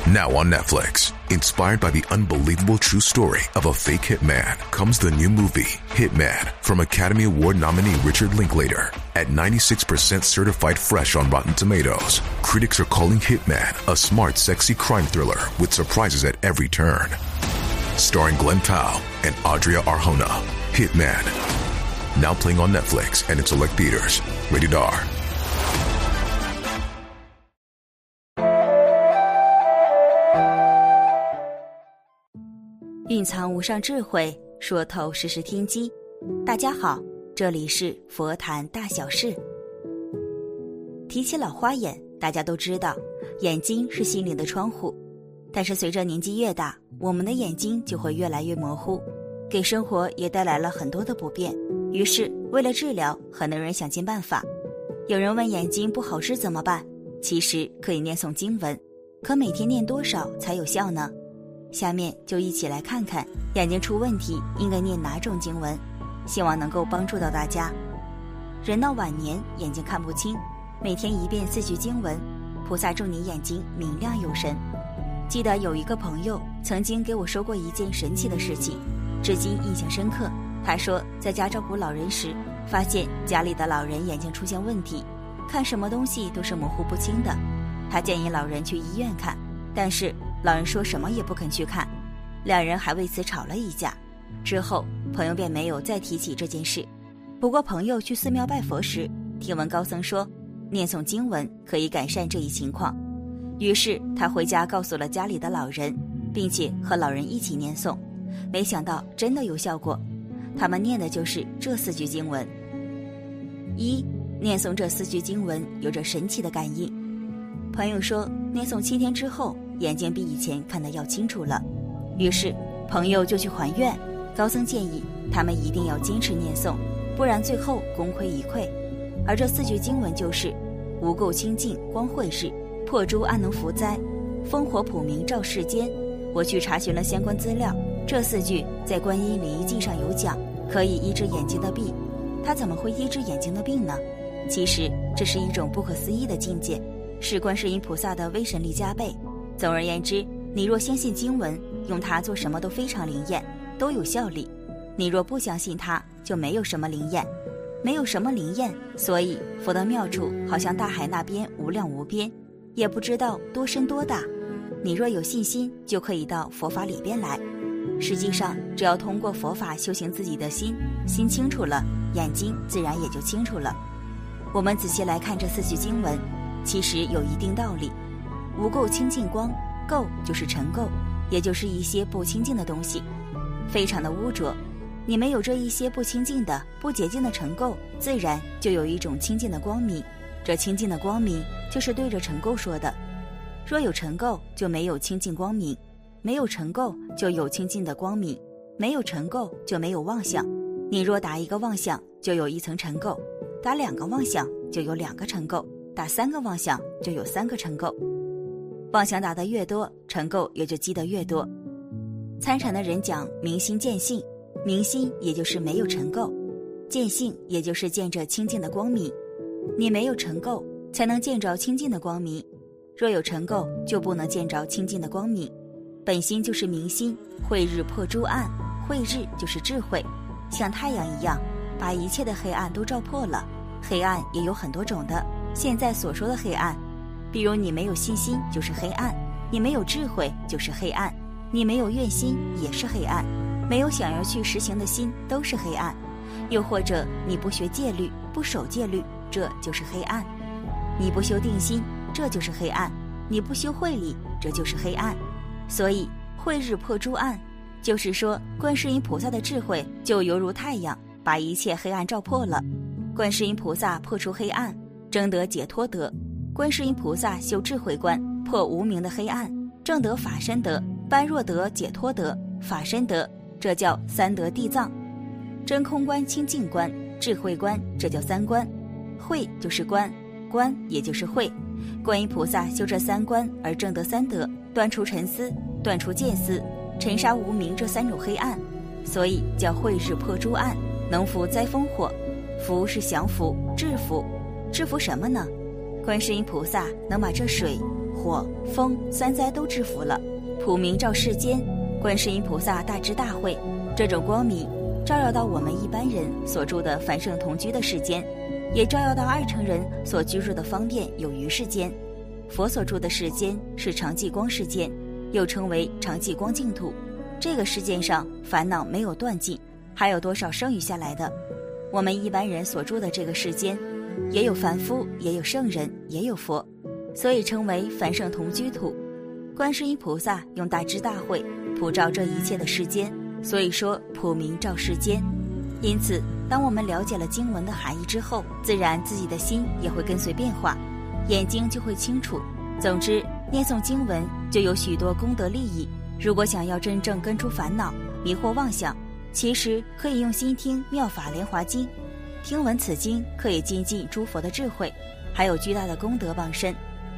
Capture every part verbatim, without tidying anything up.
Now on Netflix, inspired by the unbelievable true story of a fake hitman, comes the new movie, Hitman, from Academy Award nominee Richard Linklater. At ninety-six percent certified fresh on Rotten Tomatoes, critics are calling Hitman a smart, sexy crime thriller with surprises at every turn. Starring Glenn Powell and Adria Arjona, Hitman. Now playing on Netflix and in select theaters. Rated R. 蕴藏无上智慧，说透世事天机。大家好，这里是佛谈大小事。提起老花眼，大家都知道眼睛是心灵的窗户，但是随着年纪越大，我们的眼睛就会越来越模糊，给生活也带来了很多的不便。于是为了治疗，很多人想尽办法。有人问眼睛不好使怎么办？其实可以念诵经文，可每天念多少才有效呢？下面就一起来看看眼睛出问题应该念哪种经文，希望能够帮助到大家。人到晚年眼睛看不清，每天一遍四句经文，菩萨祝你眼睛明亮有神。记得有一个朋友曾经给我说过一件神奇的事情，至今印象深刻。他说在家照顾老人时，发现家里的老人眼睛出现问题，看什么东西都是模糊不清的。他建议老人去医院看，但是老人说什么也不肯去看，两人还为此吵了一架。之后朋友便没有再提起这件事。不过朋友去寺庙拜佛时，听闻高僧说念诵经文可以改善这一情况，于是他回家告诉了家里的老人，并且和老人一起念诵。没想到真的有效果，他们念的就是这四句经文。一、念诵这四句经文有着神奇的感应。朋友说念诵七天之后，眼睛比以前看得要清楚了，于是朋友就去还愿。高僧建议他们一定要坚持念诵，不然最后功亏一篑。而这四句经文就是无垢清净光慧日，破诸暗能伏灾，烽火普明照世间。我去查询了相关资料，这四句在观音灵异记上有讲，可以医治眼睛的病。它怎么会医治眼睛的病呢？其实这是一种不可思议的境界，是观世音菩萨的威神力加倍。总而言之，你若相信经文，用它做什么都非常灵验，都有效力。你若不相信它，就没有什么灵验，没有什么灵验。所以佛的妙处好像大海那边无量无边，也不知道多深多大。你若有信心，就可以到佛法里边来。实际上只要通过佛法修行自己的心，心清楚了，眼睛自然也就清楚了。我们仔细来看这四句经文，其实有一定道理。无垢清净光，垢就是尘垢，也就是一些不清净的东西，非常的污浊。你没有这一些不清净的不洁净的尘垢，自然就有一种清净的光明。这清净的光明就是对着尘垢说的。若有尘垢，就没有清净光明；没有尘垢，就有清净的光明；没有尘垢，就没有妄想。你若打一个妄想，就有一层尘垢；打两个妄想，就有两个尘垢；打三个妄想，就有三个尘垢。妄想打得越多，尘垢也就积得越多。参禅的人讲明心见性，明心也就是没有尘垢，见性也就是见着清净的光明。你没有尘垢，才能见着清净的光明；若有尘垢，就不能见着清净的光明。本心就是明心，慧日破诸暗，慧日就是智慧，像太阳一样，把一切的黑暗都照破了。黑暗也有很多种的，现在所说的黑暗，比如你没有信心就是黑暗，你没有智慧就是黑暗，你没有愿心也是黑暗，没有想要去实行的心都是黑暗。又或者你不学戒律，不守戒律，这就是黑暗。你不修定心，这就是黑暗；你不修慧理，这就是黑暗。所以慧日破诸暗，就是说观世音菩萨的智慧就犹如太阳，把一切黑暗照破了。观世音菩萨破除黑暗，争得解脱德；观世音菩萨修智慧观，破无明的黑暗，正得法身德、般若德、解脱德、法身德，这叫三德地藏。真空观、清净观、智慧观，这叫三观。慧就是观，观也就是慧。观音菩萨修这三观而正得三德，断除尘丝，断除见思，尘沙无明这三种黑暗，所以叫慧日破诸暗，能伏灾风火。伏是降伏、制服，制服什么呢？观世音菩萨能把这水、 火、风三灾都制服了，普明照世间，观世音菩萨大智大慧，这种光明照耀到我们一般人所住的凡圣同居的世间，也照耀到二乘人所居住的方便有余世间。佛所住的世间是常寂光世间，又称为常寂光净土。这个世界上烦恼没有断尽，还有多少剩余下来的？我们一般人所住的这个世间，也有凡夫，也有圣人，也有佛，所以称为凡圣同居土。观世音菩萨用大智大慧普照这一切的世间，所以说普明照世间。因此当我们了解了经文的含义之后，自然自己的心也会跟随变化，眼睛就会清楚。总之，念诵经文就有许多功德利益。如果想要真正根除烦恼、迷惑妄想，其实可以用心听妙法莲华经，听闻此经可以精进诸佛的智慧，还有巨大的功德傍身。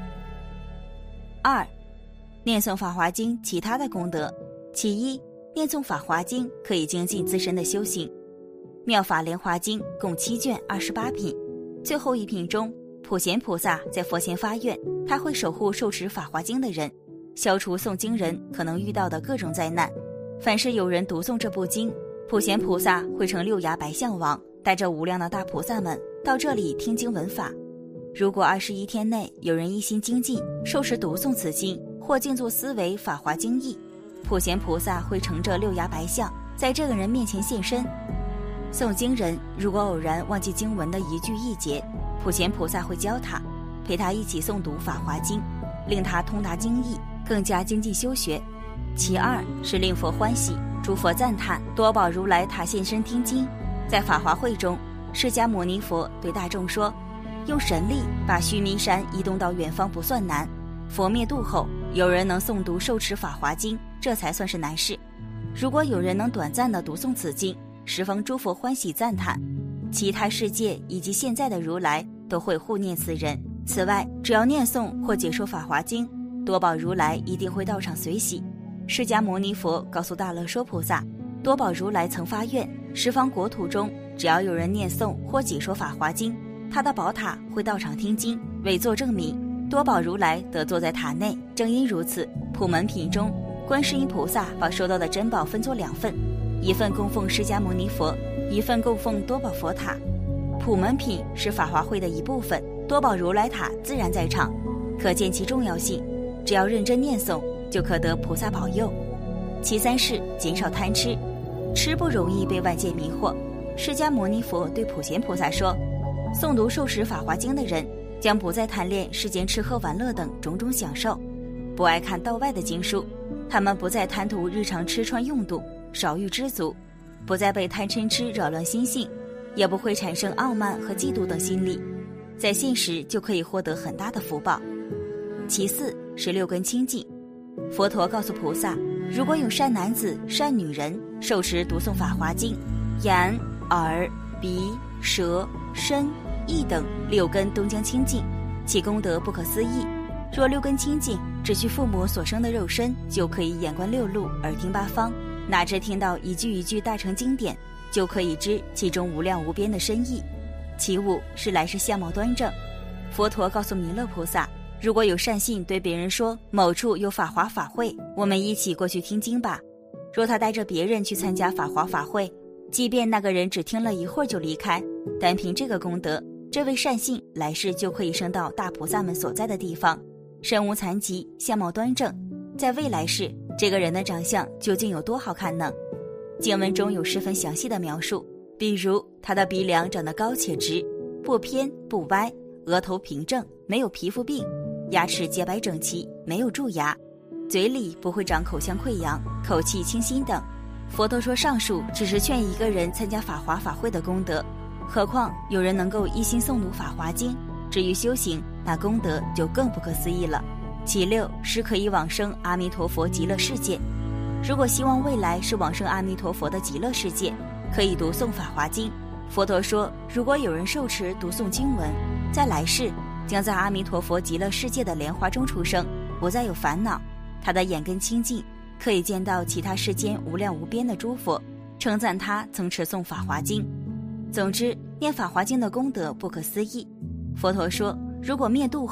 二、念诵法华经其他的功德。其一，念诵法华经可以精进自身的修行。妙法莲华经共七卷二十八品，最后一品中，普贤菩萨在佛前发愿，他会守护受持法华经的人，消除诵经人可能遇到的各种灾难。凡是有人读诵这部经，普贤菩萨会乘六牙白象王，带着无量的大菩萨们到这里听经闻法。如果二十一天内有人一心精进，受持读诵此经，或静坐思维法华经义，普贤菩萨会乘着六牙白象，在这个人面前现身。诵经人如果偶然忘记经文的一句一节，普贤菩萨会教他，陪他一起诵读法华经，令他通达经义，更加精进修学。其二是令佛欢喜，诸佛赞叹，多宝如来他现身听经。在法华会中，释迦牟尼佛对大众说，用神力把须弥山移动到远方不算难，佛灭度后，有人能诵读受持法华经，这才算是难事。如果有人能短暂地读诵此经，十方诸佛欢喜赞叹，其他世界以及现在的如来都会护念此人。此外，只要念诵或解说法华经，多宝如来一定会到场随喜。释迦牟尼佛告诉大乐说菩萨，多宝如来曾发愿，十方国土中只要有人念诵或解说法华经，他的宝塔会到场听经，为作证明，多宝如来得坐在塔内。正因如此，普门品中，观世音菩萨把收到的珍宝分作两份，一份供奉释迦牟尼佛，一份供奉多宝佛塔。普门品是法华会的一部分，多宝如来塔自然在场，可见其重要性。只要认真念诵，就可得菩萨保佑。其三是减少贪吃，吃不容易被外界迷惑。释迦牟尼佛对普贤菩萨说，诵读受持法华经的人将不再贪恋世间吃喝玩乐等种种享受，不爱看道外的经书，他们不再贪图日常吃穿用度，少欲知足，不再被贪嗔痴扰乱心性，也不会产生傲慢和嫉妒等心理，在现实就可以获得很大的福报。其四是六根清净。佛陀告诉菩萨，如果有善男子善女人受持读诵法华经，眼耳鼻舌身意等六根都将清净，其功德不可思议。若六根清净，只需父母所生的肉身，就可以眼观六路，耳听八方，哪知听到一句一句大乘经典，就可以知其中无量无边的深意。其五是来世相貌端正。佛陀告诉弥勒菩萨，如果有善信对别人说，某处有法华法会，我们一起过去听经吧。若他带着别人去参加法华法会，即便那个人只听了一会儿就离开，单凭这个功德，这位善信来世就可以升到大菩萨们所在的地方，身无残疾，相貌端正。在未来世，这个人的长相究竟有多好看呢？经文中有十分详细的描述，比如他的鼻梁长得高且直，不偏不歪，额头平正，没有皮肤病，牙齿洁白整齐，没有蛀牙，嘴里不会长口腔溃疡，口气清新等。佛陀说上述只是劝一个人参加法华法会的功德，何况有人能够一心诵读法华经，至于修行，那功德就更不可思议了。其六是可以往生阿弥陀佛极乐世界。如果希望未来是往生阿弥陀佛的极乐世界，可以读诵法华经。佛陀说，如果有人受持读诵经文，在来世将在阿弥陀佛极乐世界的莲花中出生，不再有烦恼，他的眼根清净，可以见到其他世间无量无边的诸佛，称赞他曾持诵法华经。总之，念法华经的功德不可思议。佛陀说，如果灭度后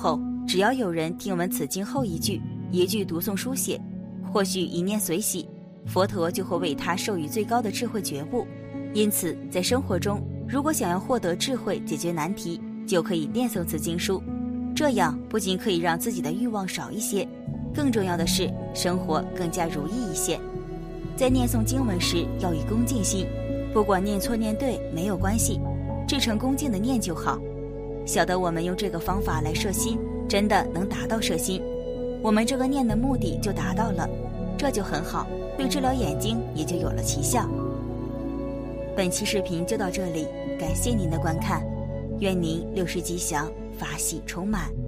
只要有人听闻此经后一句，一句读诵书写，或许一念随喜，佛陀就会为他授予最高的智慧觉悟。因此在生活中，如果想要获得智慧解决难题，就可以念诵此经书，这样不仅可以让自己的欲望少一些，更重要的是生活更加如意一些。在念诵经文时要以恭敬心，不管念错念对没有关系，至诚恭敬的念就好。晓得我们用这个方法来摄心，真的能达到摄心，我们这个念的目的就达到了，这就很好，对治疗眼睛也就有了奇效。本期视频就到这里，感谢您的观看，愿您六时吉祥，法喜充满。